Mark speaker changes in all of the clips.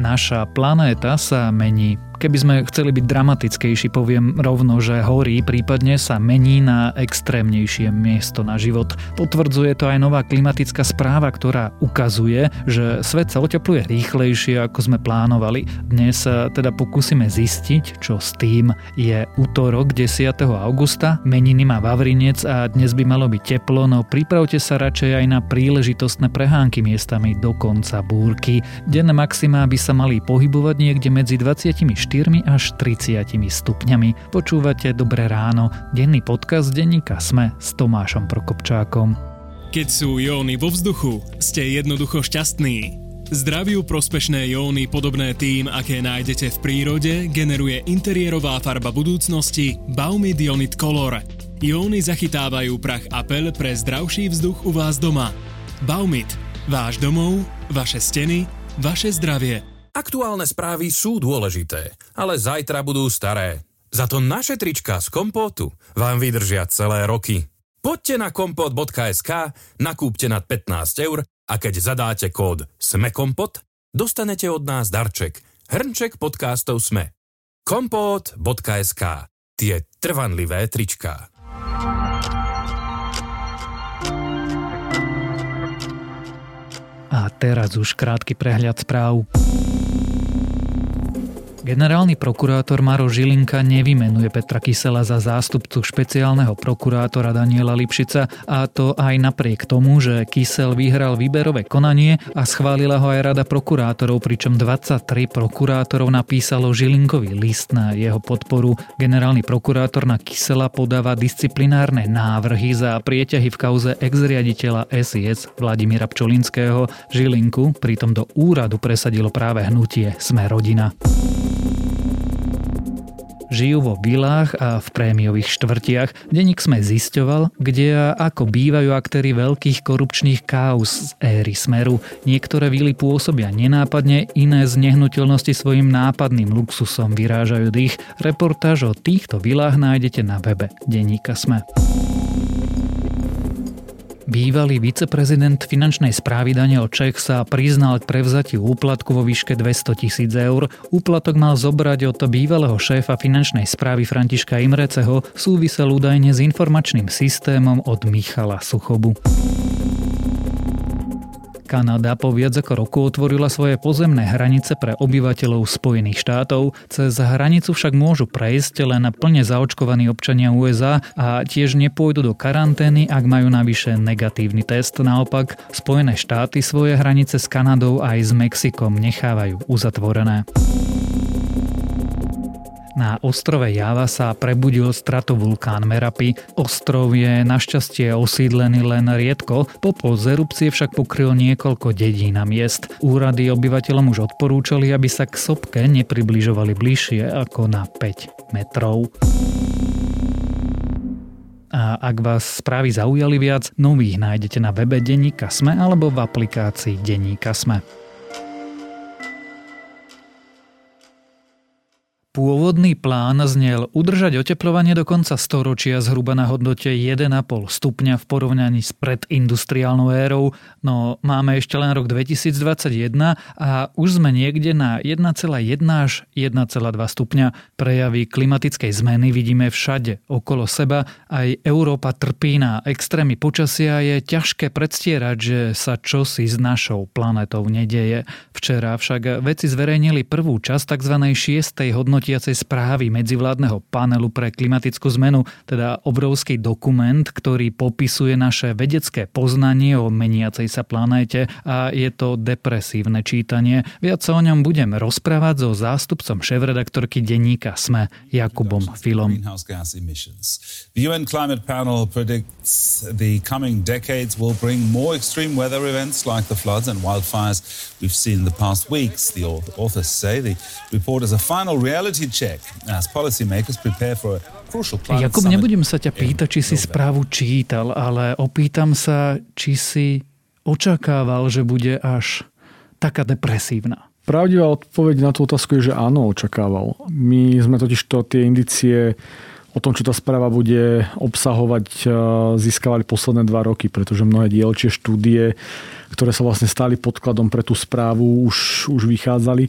Speaker 1: Naša planéta sa mení. Keby sme chceli byť dramatickejší, poviem rovno, že horí, prípadne sa mení na extrémnejšie miesto na život. Potvrdzuje to aj nová klimatická správa, ktorá ukazuje, že svet sa otepluje rýchlejšie, ako sme plánovali. Dnes sa teda pokúsime zistiť, čo s tým. Je utorok 10. augusta, meniny má Vavrinec a dnes by malo byť teplo, no pripravte sa radšej aj na príležitostné prehánky, miestami dokonca búrky. Denné maximá by sa mali pohybovať niekde medzi 24 až 30 stupňami. Počúvate Dobré ráno, denný podcast denníka SME s Tomášom Prokopčákom.
Speaker 2: Keď sú jóny vo vzduchu, ste jednoducho šťastní. Zdraviu prospešné jóny podobné tým, aké nájdete v prírode, generuje interiérová farba budúcnosti Baumit Ionit Color. Jóny zachytávajú prach a peľ pre zdravší vzduch u vás doma. Baumit. Váš domov, vaše steny, vaše zdravie.
Speaker 3: Aktuálne správy sú dôležité, ale zajtra budú staré. Za to naše trička z Kompótu vám vydržia celé roky. Poďte na kompot.sk, nakúpte nad 15 € a keď zadáte kód SMEKOMPOT, dostanete od nás darček. Hrnček podcastov SME. Kompot.sk. Tie trvanlivé tričká.
Speaker 1: A teraz už krátky prehľad správ. Generálny prokurátor Maroš Žilinka nevymenuje Petra Kysela za zástupcu špeciálneho prokurátora Daniela Lipšica, a to aj napriek tomu, že Kysel vyhral výberové konanie a schválila ho aj Rada prokurátorov, pričom 23 prokurátorov napísalo Žilinkovi list na jeho podporu. Generálny prokurátor na Kysela podáva disciplinárne návrhy za prieťahy v kauze ex-riaditeľa SIS Vladimíra Pčolinského. Žilinku pritom do úradu presadilo práve hnutie Sme rodina. Žijú vo vilách a v prémiových štvrtiach. Denník SME zisťoval, kde a ako bývajú aktéri veľkých korupčných káuz z éry Smeru. Niektoré vily pôsobia nenápadne, iné z nehnuteľnosti svojim nápadným luxusom vyrážajú dých. Reportáž o týchto vilách nájdete na webe denníka SME. Bývalý viceprezident finančnej správy Daniel Čech sa priznal k prevzatiu úplatku vo výške 200 000 €. Úplatok mal zobrať od bývalého šéfa finančnej správy Františka Imreceho, súvisel údajne s informačným systémom od Michala Suchobu. Kanada po viac ako roku otvorila svoje pozemné hranice pre obyvateľov Spojených štátov. Cez hranicu však môžu prejsť len plne zaočkovaní občania USA a tiež nepôjdu do karantény, ak majú navyše negatívny test. Naopak, Spojené štáty svoje hranice s Kanadou aj s Mexikom nechávajú uzatvorené. Na ostrove Java sa prebudil stratovulkán Merapi. Ostrov je našťastie osídlený len riedko, popol z erupcie však pokryl niekoľko dedín a miest. Úrady obyvateľom už odporúčali, aby sa k sopke nepribližovali bližšie ako na 5 metrov. A ak vás správy zaujali viac, nových nájdete na webe denníka SME alebo v aplikácii denníka SME. Pôvodný plán znel udržať otepľovanie do konca storočia zhruba na hodnote 1,5 stupňa v porovnaní s predindustriálnou érou, no máme ešte len rok 2021 a už sme niekde na 1,1 až 1,2 stupňa. Prejavy klimatickej zmeny vidíme všade okolo seba, aj Európa trpí na extrémy počasia, je ťažké predstierať, že sa čosi s našou planetou nedeje. Včera však vedci zverejnili prvú časť tzv. 6. hodnoty správy medzivládneho panelu pre klimatickú zmenu, teda obrovský dokument, ktorý popisuje naše vedecké poznanie o meniacej sa planéte, a je to depresívne čítanie. Viac sa o ňom budem rozprávať so zástupcom šéfredaktorky denníka SME Jakubom Filom.
Speaker 4: The UN Climate Panel predicts the coming decades will bring more extreme weather events like the floods and wildfires we've seen in the past weeks. The authors say the report is a final reality check as policymakers prepare for a crucial climate
Speaker 1: Jakub,
Speaker 4: summit.
Speaker 1: nebudem sa ťa pýtať, či si správu čítal, ale opýtam sa, či si očakával, že bude až taká depresívna.
Speaker 5: Pravdivá odpoveď na tú otázku je, že áno, očakával. My sme totiž tie indície O tom, čo tá správa bude obsahovať, získavali posledné 2 roky, pretože mnohé dielčie štúdie, ktoré sa vlastne stali podkladom pre tú správu, už vychádzali.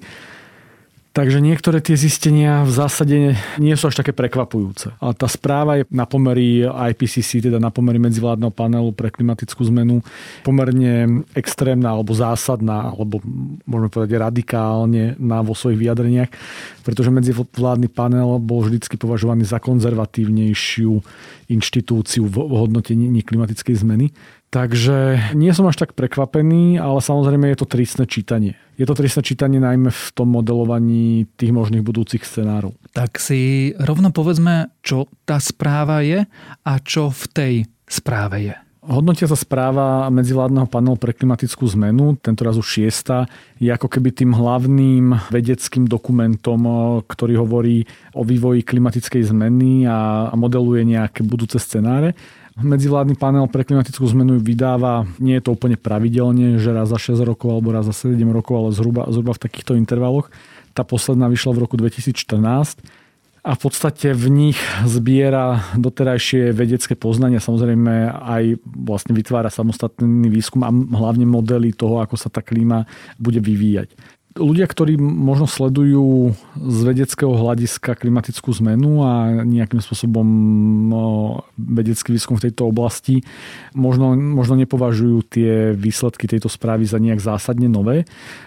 Speaker 5: Takže niektoré tie zistenia v zásade nie sú až také prekvapujúce. Ale tá správa je na pomery IPCC, teda na pomery medzivládneho panelu pre klimatickú zmenu, pomerne extrémna alebo zásadná, alebo môžeme povedať radikálne vo svojich vyjadreniach, pretože medzivládny panel bol vždycky považovaný za konzervatívnejšiu inštitúciu v hodnotení klimatickej zmeny. Takže nie som až tak prekvapený, ale samozrejme je to tristné čítanie. Je to tristné čítanie najmä v tom modelovaní tých možných budúcich scenárov.
Speaker 1: Tak si rovno povedzme, čo tá správa je a čo v tej správe je.
Speaker 5: Hodnotiaca správa medzivládneho panelu pre klimatickú zmenu, tentoraz už 6., je ako keby tým hlavným vedeckým dokumentom, ktorý hovorí o vývoji klimatickej zmeny a modeluje nejaké budúce scenáre. Medzivládny panel pre klimatickú zmenu vydáva, nie je to úplne pravidelne, že raz za 6 rokov alebo raz za 7 rokov, ale zhruba v takýchto intervaloch. Tá posledná vyšla v roku 2014 a v podstate v nich zbiera doterajšie vedecké poznania, samozrejme aj vlastne vytvára samostatný výskum a hlavne modely toho, ako sa tá klíma bude vyvíjať. Ľudia, ktorí možno sledujú z vedeckého hľadiska klimatickú zmenu a nejakým spôsobom vedecký výskum v tejto oblasti, možno nepovažujú tie výsledky tejto správy za nejak zásadne nové,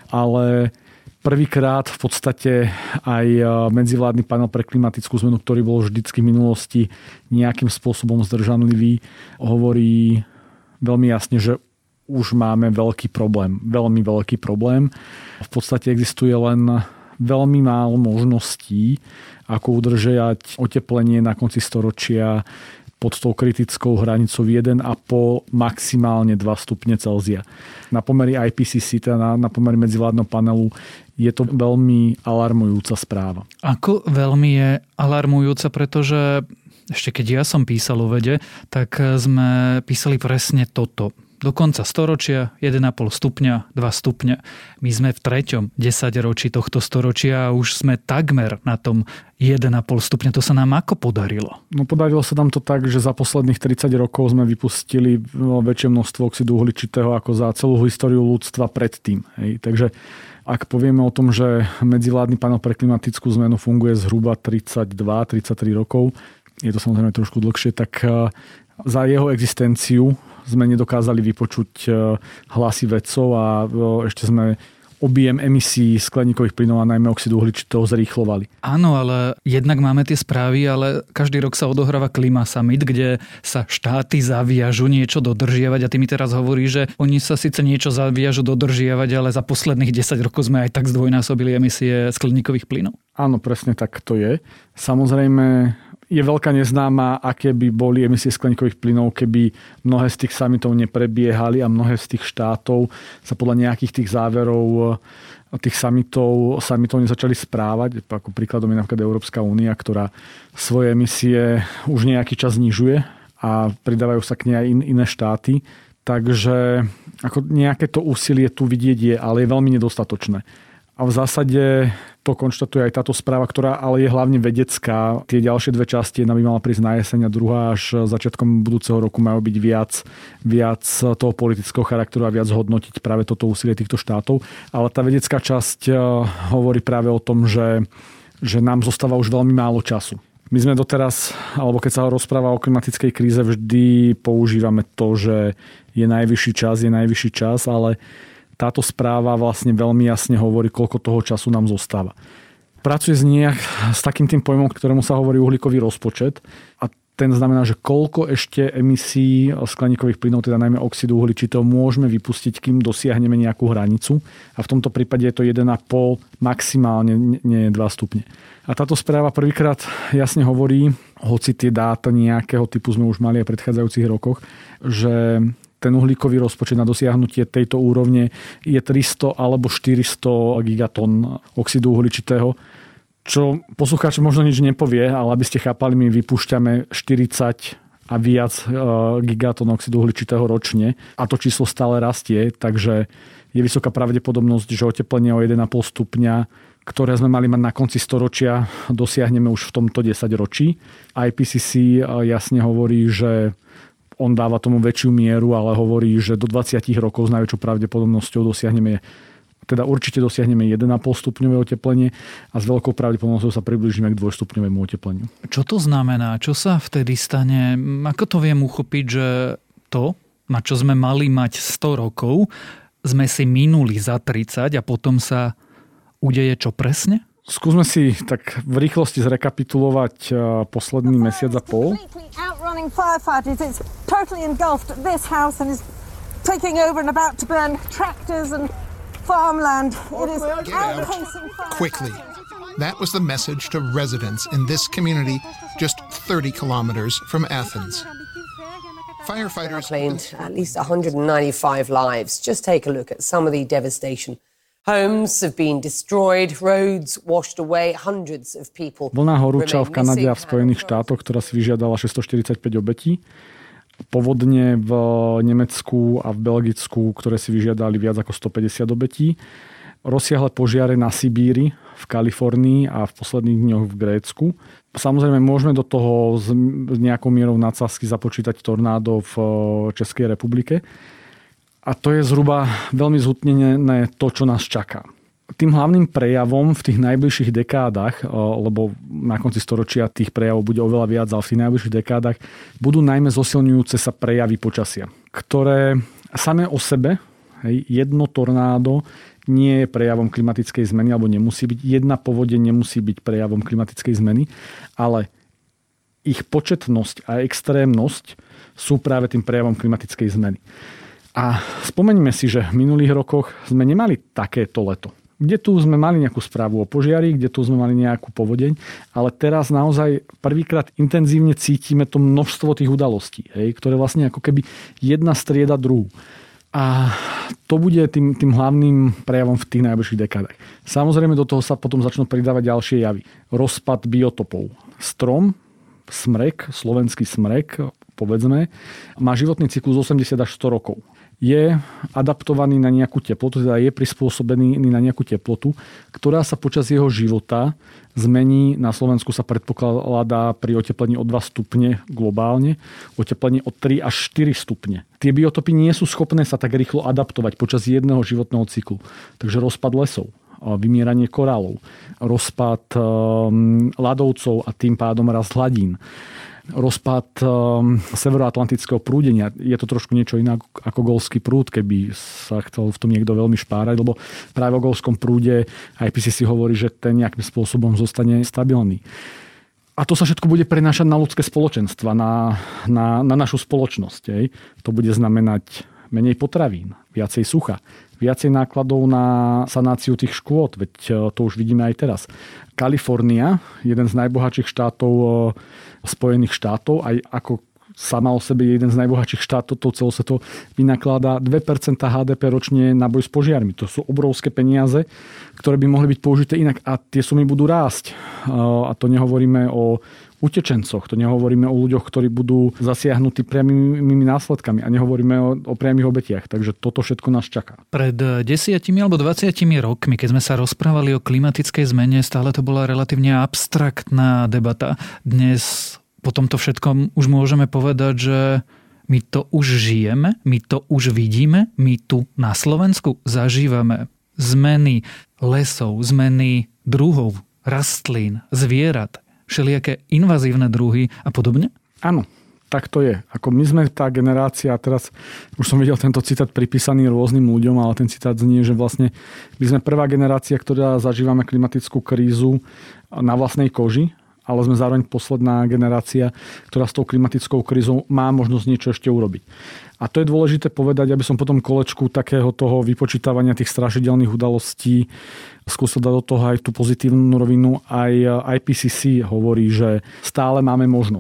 Speaker 5: ale prvýkrát v podstate aj medzivládny panel pre klimatickú zmenu, ktorý bol vždycky v minulosti nejakým spôsobom zdržanlivý, hovorí veľmi jasne, že už máme veľký problém, veľmi veľký problém. V podstate existuje len veľmi málo možností, ako udržať oteplenie na konci storočia pod tou kritickou hranicou 1,5, maximálne 2 stupne Celzia. Na pomery IPCC, teda na pomery medzivládneho panelu, je to veľmi alarmujúca správa.
Speaker 1: Ako veľmi je alarmujúca, pretože ešte keď ja som písal o vede, tak sme písali presne toto. Do konca storočia 1,5 stupňa, 2 stupňa. My sme v 3. 10-ročí tohto storočia a už sme takmer na tom 1,5 stupňa. To sa nám ako podarilo?
Speaker 5: No podarilo sa nám to tak, že za posledných 30 rokov sme vypustili väčšie množstvo oxidu uhličitého ako za celú históriu ľudstva predtým. Hej. Takže ak povieme o tom, že medzivládny panel pre klimatickú zmenu funguje zhruba 32-33 rokov, je to samozrejme trošku dlhšie, tak za jeho existenciu sme nedokázali vypočuť hlasy vedcov a ešte sme objem emisí skleníkových plynov a najmä oxidu uhličitého zrýchlovali.
Speaker 1: Áno, ale jednak máme tie správy, ale každý rok sa odohráva Klima Summit, kde sa štáty zaviažu niečo dodržiavať a ty mi teraz hovorí, že oni sa síce niečo zaviažu dodržiavať, ale za posledných 10 rokov sme aj tak zdvojnásobili emisie skleníkových plynov.
Speaker 5: Áno, presne tak to je. Samozrejme, je veľká neznáma, aké by boli emisie skleníkových plynov, keby mnohé z tých summitov neprebiehali a mnohé z tých štátov sa podľa nejakých tých záverov tých summitov nezačali správať. Ako príkladom je napríklad Európska únia, ktorá svoje emisie už nejaký čas znižuje a pridávajú sa k nej aj iné štáty. Takže ako nejaké to úsilie tu vidieť je, ale je veľmi nedostatočné. A v zásade to konštatuje aj táto správa, ktorá ale je hlavne vedecká. Tie ďalšie 2 časti, jedna by mala prísť na jeseň a druhá až začiatkom budúceho roku majú byť viac toho politického charakteru a viac hodnotiť práve toto úsilie týchto štátov. Ale tá vedecká časť hovorí práve o tom, že nám zostáva už veľmi málo času. My sme doteraz, alebo keď sa rozpráva o klimatickej kríze, vždy používame to, že je najvyšší čas, ale táto správa vlastne veľmi jasne hovorí, koľko toho času nám zostáva. Pracuje s takým tým pojmom, ktorému sa hovorí uhlíkový rozpočet a ten znamená, že koľko ešte emisí skleníkových plynov, teda najmä oxidu uhličitého, môžeme vypustiť, kým dosiahneme nejakú hranicu. A v tomto prípade je to 1,5, maximálne nie 2 stupne. A táto správa prvýkrát jasne hovorí, hoci tie dáta nejakého typu sme už mali aj v predchádzajúcich rokoch, že ten uhlíkový rozpočet na dosiahnutie tejto úrovne je 300 alebo 400 gigatón oxidu uhličitého, čo poslucháč možno nič nepovie, ale aby ste chápali, my vypúšťame 40 a viac gigatón oxidu uhličitého ročne a to číslo stále rastie, takže je vysoká pravdepodobnosť, že oteplenie o 1,5 stupňa, ktoré sme mali mať na konci storočia, dosiahneme už v tomto 10 ročí. IPCC jasne hovorí, že on dáva tomu väčšiu mieru, ale hovorí, že do 20 rokov s najväčšou pravdepodobnosťou určite dosiahneme 1,5 stupňové oteplenie a s veľkou pravdepodobnosťou sa priblížime k 2-stupňovému otepleniu.
Speaker 1: Čo to znamená? Čo sa vtedy stane? Ako to viem uchopiť, že to, na čo sme mali mať 100 rokov, sme si minuli za 30 a potom sa udeje čo presne?
Speaker 5: Skúsme si tak v rýchlosti zrekapitulovať posledný mesiac a pol.
Speaker 6: Quickly. That was the message to residents in this community just 30 kilometers from Athens. Firefighters
Speaker 7: claimed at least 195 lives. Just take a look at some of the devastation. Homes have been destroyed, roads washed away, hundreds of people.
Speaker 5: Vlna horúčav v Kanade a v Spojených štátoch, ktorá si vyžiadala 645 obetí. Povodne v Nemecku a v Belgicku, ktoré si vyžiadali viac ako 150 obetí. Rozsiahle požiare na Sibíri, v Kalifornii a v posledných dňoch v Grécku. Samozrejme, môžeme do toho s nejakou mierou nadsázky započítať tornádo v Českej republike. A to je zhruba veľmi zhutnené to, čo nás čaká. Tým hlavným prejavom v tých najbližších dekádach, lebo na konci storočia tých prejavov bude oveľa viac, ale v tých najbližších dekádach budú najmä zosilňujúce sa prejavy počasia, ktoré samé o sebe, jedno tornádo nie je prejavom klimatickej zmeny, alebo nemusí byť. Jedna povodeň nemusí byť prejavom klimatickej zmeny, ale ich početnosť a extrémnosť sú práve tým prejavom klimatickej zmeny. A spomeňme si, že v minulých rokoch sme nemali takéto leto. Kde tu sme mali nejakú správu o požiari, kde tu sme mali nejakú povodeň, ale teraz naozaj prvýkrát intenzívne cítime to množstvo tých udalostí, ktoré vlastne ako keby jedna strieda druhú. A to bude tým hlavným prejavom v tých najbližších dekádach. Samozrejme do toho sa potom začnú pridávať ďalšie javy. Rozpad biotopov. Strom, smrek, slovenský smrek, povedzme, má životný cyklus 80 až 100 rokov. Je adaptovaný na nejakú teplotu, teda je prispôsobený na nejakú teplotu, ktorá sa počas jeho života zmení. Na Slovensku sa predpokladá pri oteplení o 2 stupne globálne, oteplení o 3 až 4 stupne. Tie biotopy nie sú schopné sa tak rýchlo adaptovať počas jedného životného cyklu. Takže rozpad lesov, vymieranie korálov, rozpad ľadovcov a tým pádom rast hladín, rozpad severoatlantického prúdenia. Je to trošku niečo iné ako Golský prúd, keby sa chcel v tom niekto veľmi špárať, lebo práve o Golskom prúde IPCC hovorí, že ten nejakým spôsobom zostane stabilný. A to sa všetko bude prenášať na ľudské spoločenstva, na našu spoločnosť. To bude znamenať menej potravín, viacej sucha, viacej nákladov na sanáciu tých škôd, veď to už vidíme aj teraz. Kalifornia, jeden z najbohatších štátov Spojených štátov, aj ako sama o sebe je jeden z najbohatších štátov, to celosvetovo vynakladá 2% HDP ročne na boj s požiarmi. To sú obrovské peniaze, ktoré by mohli byť použité inak a tie sumy budú rásť. A to nehovoríme o utečencoch, to nehovoríme o ľuďoch, ktorí budú zasiahnutí priamými následkami a nehovoríme o priamých obetiach. Takže toto všetko nás čaká.
Speaker 1: Pred 10 alebo 20 rokmi, keď sme sa rozprávali o klimatickej zmene, stále to bola relatívne abstraktná debata. Dnes po tomto všetkom už môžeme povedať, že my to už žijeme, my to už vidíme, my tu na Slovensku zažívame zmeny lesov, zmeny druhov, rastlín, zvierat, všelijaké invazívne druhy a podobne?
Speaker 5: Áno, tak to je. Ako my sme tá generácia, teraz už som videl tento citát pripísaný rôznym ľuďom, ale ten citát znie, že vlastne my sme prvá generácia, ktorá zažívame klimatickú krízu na vlastnej koži, ale sme zároveň posledná generácia, ktorá s tou klimatickou krízou má možnosť niečo ešte urobiť. A to je dôležité povedať, aby som potom kolečku takého toho vypočítavania tých strašidelných udalostí skúsil dať do toho aj tú pozitívnu rovinu. Aj IPCC hovorí, že stále máme možnosť.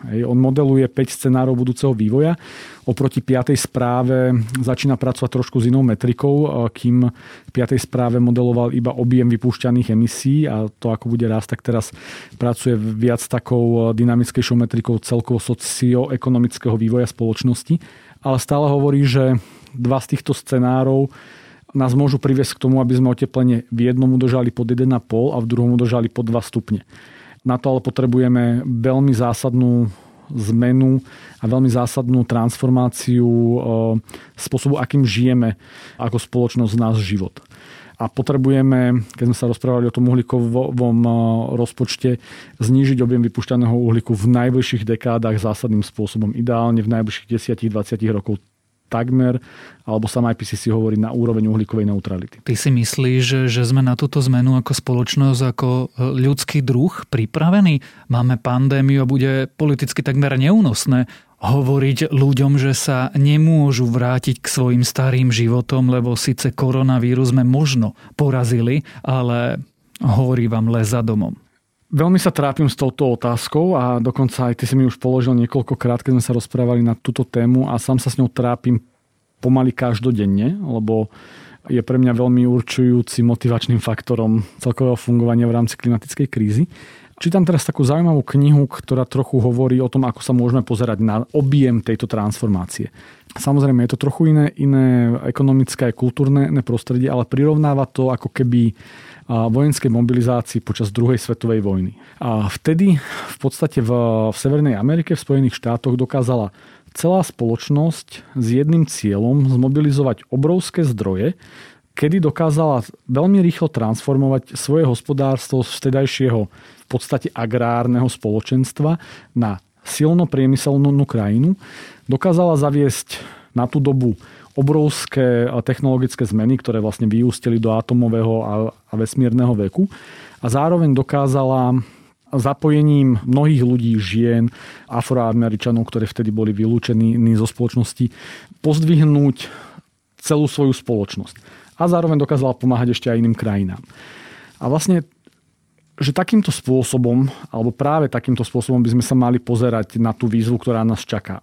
Speaker 5: On modeluje 5 scenárov budúceho vývoja. Oproti 5. správe začína pracovať trošku s inou metrikou, kým v 5. správe modeloval iba objem vypúšťaných emisí a to, ako bude rásť, tak teraz pracuje viac takou dynamickejšou metrikou celkovo socioekonomického vývoja spoločnosti. Ale stále hovorí, že 2 z týchto scenárov nás môžu priviesť k tomu, aby sme oteplenie v jednom udržali pod 1,5 a v druhom udržali pod 2 stupne. Na to ale potrebujeme veľmi zásadnú zmenu a veľmi zásadnú transformáciu spôsobu, akým žijeme ako spoločnosť náš život. A potrebujeme, keď sme sa rozprávali o tom uhlíkovom rozpočte, znížiť objem vypúšťaného uhlíku v najbližších dekádach zásadným spôsobom. Ideálne v najbližších 10-20 rokov takmer, alebo sama IPCC hovorí na úroveň uhlíkovej neutrality.
Speaker 1: Ty si myslíš, že sme na túto zmenu ako spoločnosť, ako ľudský druh pripravení? Máme pandémiu a bude politicky takmer neúnosné hovoriť ľuďom, že sa nemôžu vrátiť k svojim starým životom, lebo síce koronavírus sme možno porazili, ale horí vám les za domom.
Speaker 5: Veľmi sa trápim s touto otázkou a dokonca aj ty si mi už položil niekoľkokrát, keď sme sa rozprávali na túto tému a sám sa s ňou trápim pomaly každodenne, lebo je pre mňa veľmi určujúci motivačným faktorom celkového fungovania v rámci klimatickej krízy. Čítam teraz takú zaujímavú knihu, ktorá trochu hovorí o tom, ako sa môžeme pozerať na objem tejto transformácie. Samozrejme, je to trochu iné ekonomické a kultúrne prostredie, ale prirovnáva to ako keby vojenskej mobilizácii počas druhej svetovej vojny. A vtedy v podstate v Severnej Amerike, v Spojených štátoch dokázala celá spoločnosť s jedným cieľom zmobilizovať obrovské zdroje, kedy dokázala veľmi rýchlo transformovať svoje hospodárstvo z vtedajšieho v podstate agrárneho spoločenstva na silno priemyselnú krajinu. Dokázala zaviesť na tú dobu obrovské technologické zmeny, ktoré vlastne vyústili do atomového a vesmírneho veku. A zároveň dokázala zapojením mnohých ľudí, žien, Afroameričanov, ktorí vtedy boli vylúčení zo spoločnosti, pozdvihnúť celú svoju spoločnosť. A zároveň dokázala pomáhať ešte aj iným krajinám. A vlastne, že takýmto spôsobom, alebo práve takýmto spôsobom by sme sa mali pozerať na tú výzvu, ktorá nás čaká.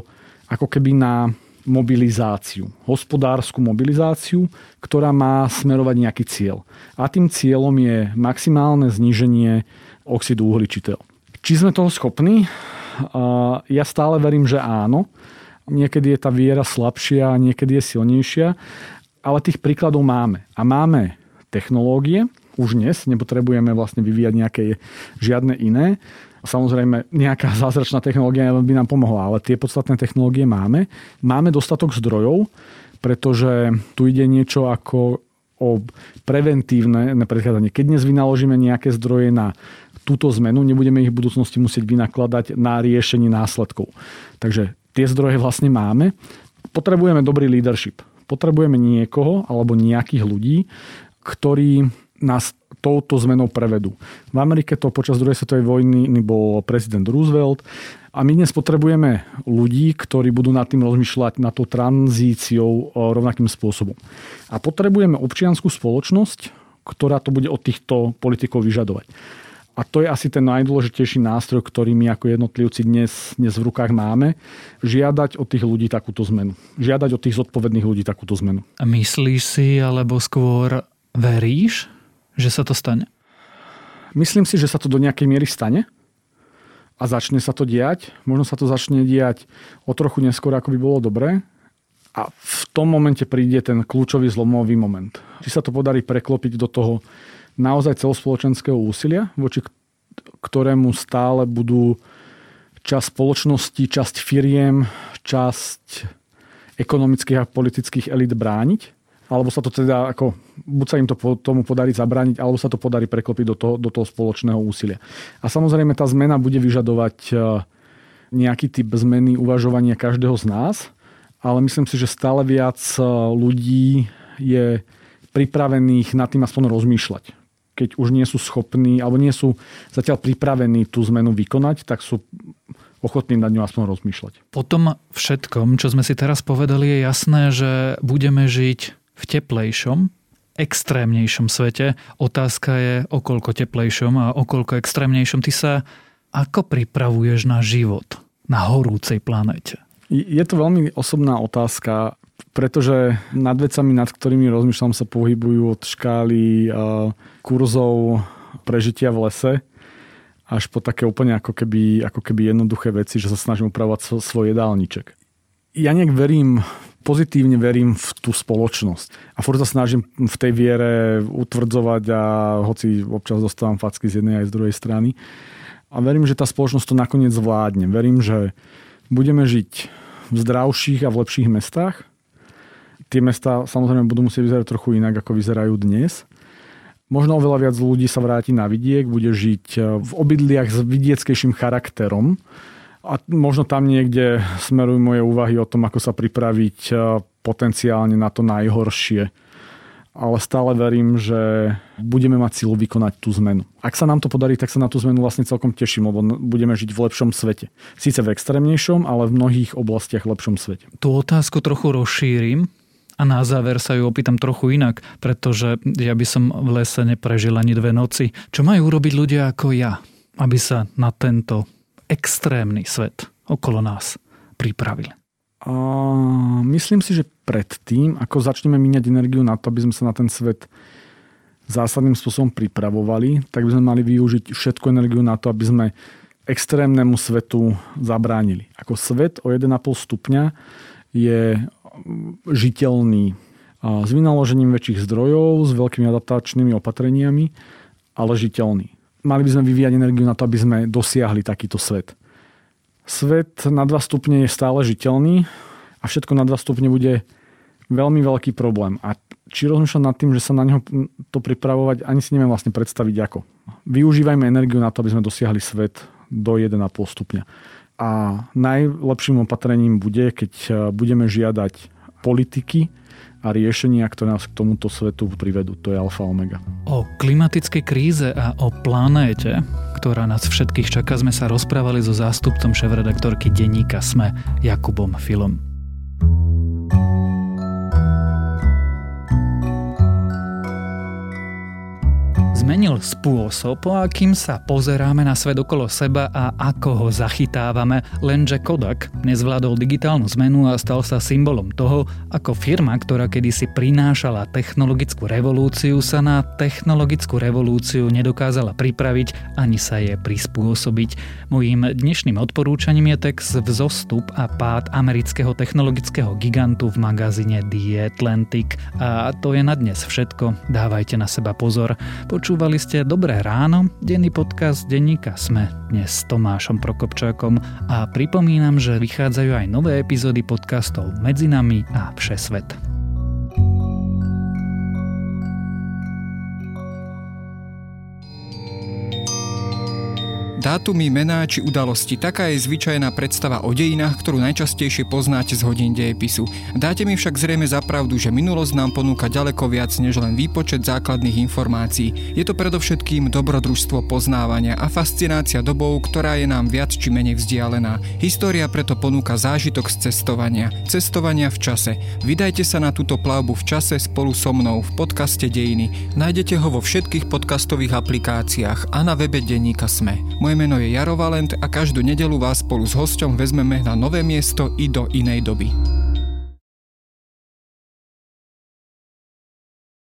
Speaker 5: Ako keby na mobilizáciu, hospodársku mobilizáciu, ktorá má smerovať nejaký cieľ. A tým cieľom je maximálne zníženie oxidu uhličitého. Či sme toho schopní? Ja stále verím, že áno. Niekedy je tá viera slabšia, niekedy je silnejšia, ale tých príkladov máme. A máme technológie, už dnes nepotrebujeme vlastne vyvíjať nejaké žiadne iné. Samozrejme, nejaká zázračná technológia by nám pomohla, ale tie podstatné technológie máme. Máme dostatok zdrojov, pretože tu ide niečo ako o preventívne predchádzanie. Keď dnes vynaložíme nejaké zdroje na túto zmenu, nebudeme ich v budúcnosti musieť vynakladať na riešenie následkov. Takže tie zdroje vlastne máme. Potrebujeme dobrý leadership. Potrebujeme niekoho alebo nejakých ľudí, ktorí nás touto zmenou prevedú. V Amerike to počas druhej svetovej vojny bol prezident Roosevelt a my dnes potrebujeme ľudí, ktorí budú nad tým rozmýšľať, nad tou tranzíciou rovnakým spôsobom. A potrebujeme občiansku spoločnosť, ktorá to bude od týchto politikov vyžadovať. A to je asi ten najdôležitejší nástroj, ktorý my ako jednotlivci dnes v rukách máme. Žiadať od tých ľudí takúto zmenu. Žiadať od tých zodpovedných ľudí takúto zmenu.
Speaker 1: A myslíš si, alebo skôr veríš, že sa to stane?
Speaker 5: Myslím si, že sa to do nejakej miery stane a začne sa to diať. Možno sa to začne diať o trochu neskôr, ako by bolo dobré. A v tom momente príde ten kľúčový zlomový moment. Či sa to podarí preklopiť do toho naozaj celospoločenského úsilia, voči ktorému stále budú časť spoločnosti, časť firiem, časť ekonomických a politických elít brániť. Alebo sa to teda, buď sa im to tomu podarí zabrániť, alebo sa to podarí preklopiť do toho spoločného úsilia. A samozrejme tá zmena bude vyžadovať nejaký typ zmeny uvažovania každého z nás, ale myslím si, že stále viac ľudí je pripravených nad tým aspoň rozmýšľať. Keď už nie sú schopní, alebo nie sú zatiaľ pripravení tú zmenu vykonať, tak sú ochotní nad ňou aspoň rozmýšľať.
Speaker 1: Po tom všetkom, čo sme si teraz povedali, je jasné, že budeme žiť v teplejšom, extrémnejšom svete. Otázka je, o koľko teplejšom a o koľko extrémnejšom. Ty sa ako pripravuješ na život na horúcej planéte?
Speaker 5: Je to veľmi osobná otázka, pretože nad vecami, nad ktorými rozmýšľam, sa pohybujú od škály kurzov prežitia v lese až po také úplne ako keby jednoduché veci, že sa snažím upravovať svoj jedálniček. Ja nejak pozitívne verím v tú spoločnosť. A furt sa snažím v tej viere utvrdzovať a hoci občas dostávam facky z jednej aj z druhej strany. A verím, že tá spoločnosť to nakoniec zvládne. Verím, že budeme žiť v zdravších a v lepších mestách. Tie mestá samozrejme budú musieť vyzerať trochu inak, ako vyzerajú dnes. Možno oveľa viac ľudí sa vráti na vidiek, bude žiť v obydliach s vidieckejším charakterom. A možno tam niekde smerujú moje úvahy o tom, ako sa pripraviť potenciálne na to najhoršie. Ale stále verím, že budeme mať silu vykonať tú zmenu. Ak sa nám to podarí, tak sa na tú zmenu vlastne celkom teším, lebo budeme žiť v lepšom svete. Síce v extrémnejšom, ale v mnohých oblastiach v lepšom svete.
Speaker 1: Tú otázku trochu rozšírim a na záver sa ju opýtam trochu inak, pretože ja by som v lese neprežil ani 2 noci. Čo majú urobiť ľudia ako ja, aby sa na tento extrémny svet okolo nás pripravili?
Speaker 5: Myslím si, že predtým, ako začneme míňať energiu na to, aby sme sa na ten svet zásadným spôsobom pripravovali, tak by sme mali využiť všetku energiu na to, aby sme extrémnemu svetu zabránili. Ako svet o 1,5 stupňa je žiteľný s vynaložením väčších zdrojov, s veľkými adaptačnými opatreniami, ale žiteľný. Mali by sme vyvíjať energiu na to, aby sme dosiahli takýto svet. Svet na 2 stupne je stále žiteľný a všetko na 2 stupne bude veľmi veľký problém. A či rozmýšľam nad tým, že sa na neho to pripravovať, ani si neviem vlastne predstaviť ako. Využívajme energiu na to, aby sme dosiahli svet do 1,5 stupňa. A najlepším opatrením bude, keď budeme žiadať politiky a riešenia, ktoré nás k tomuto svetu privedú. To je alfa omega.
Speaker 1: O klimatickej kríze a o planéte, ktorá nás všetkých čaká, sme sa rozprávali so zástupcom šéfredaktorky denníka SME Jakubom Filom. Zmenil spôsob, akým sa pozeráme na svet okolo seba a ako ho zachytávame, lenže Kodak nezvládol digitálnu zmenu a stal sa symbolom toho, ako firma, ktorá kedysi prinášala technologickú revolúciu, sa na technologickú revolúciu nedokázala pripraviť ani sa je prispôsobiť. Mojím dnešným odporúčaním je text Vzostup a pád amerického technologického gigantu v magazíne The Atlantic. A to je na dnes všetko. Dávajte na seba pozor. Počúvali ste Dobré ráno, denný podcast denníka SME, dnes s Tomášom Prokopčákom a pripomínam, že vychádzajú aj nové epizódy podcastov Medzi nami a Všesvet.
Speaker 8: Dátumy, mená či udalosti, taká je zvyčajná predstava o dejinách, ktorú najčastejšie poznáte z hodín dejepisu. Dáte mi však zrejme za pravdu, že minulosť nám ponúka ďaleko viac než len výpočet základných informácií. Je to predovšetkým dobrodružstvo poznávania a fascinácia dobou, ktorá je nám viac či menej vzdialená. História preto ponúka zážitok z cestovania. Cestovania v čase. Vydajte sa na túto plavbu v čase spolu so mnou v podcaste Dejiny. Nájdete ho vo všetkých podcastových aplikáciách a na webe denníka SME. Moje meno je Jaro Valent a každú nedeľu vás spolu s hosťom vezmeme na nové miesto i do inej doby.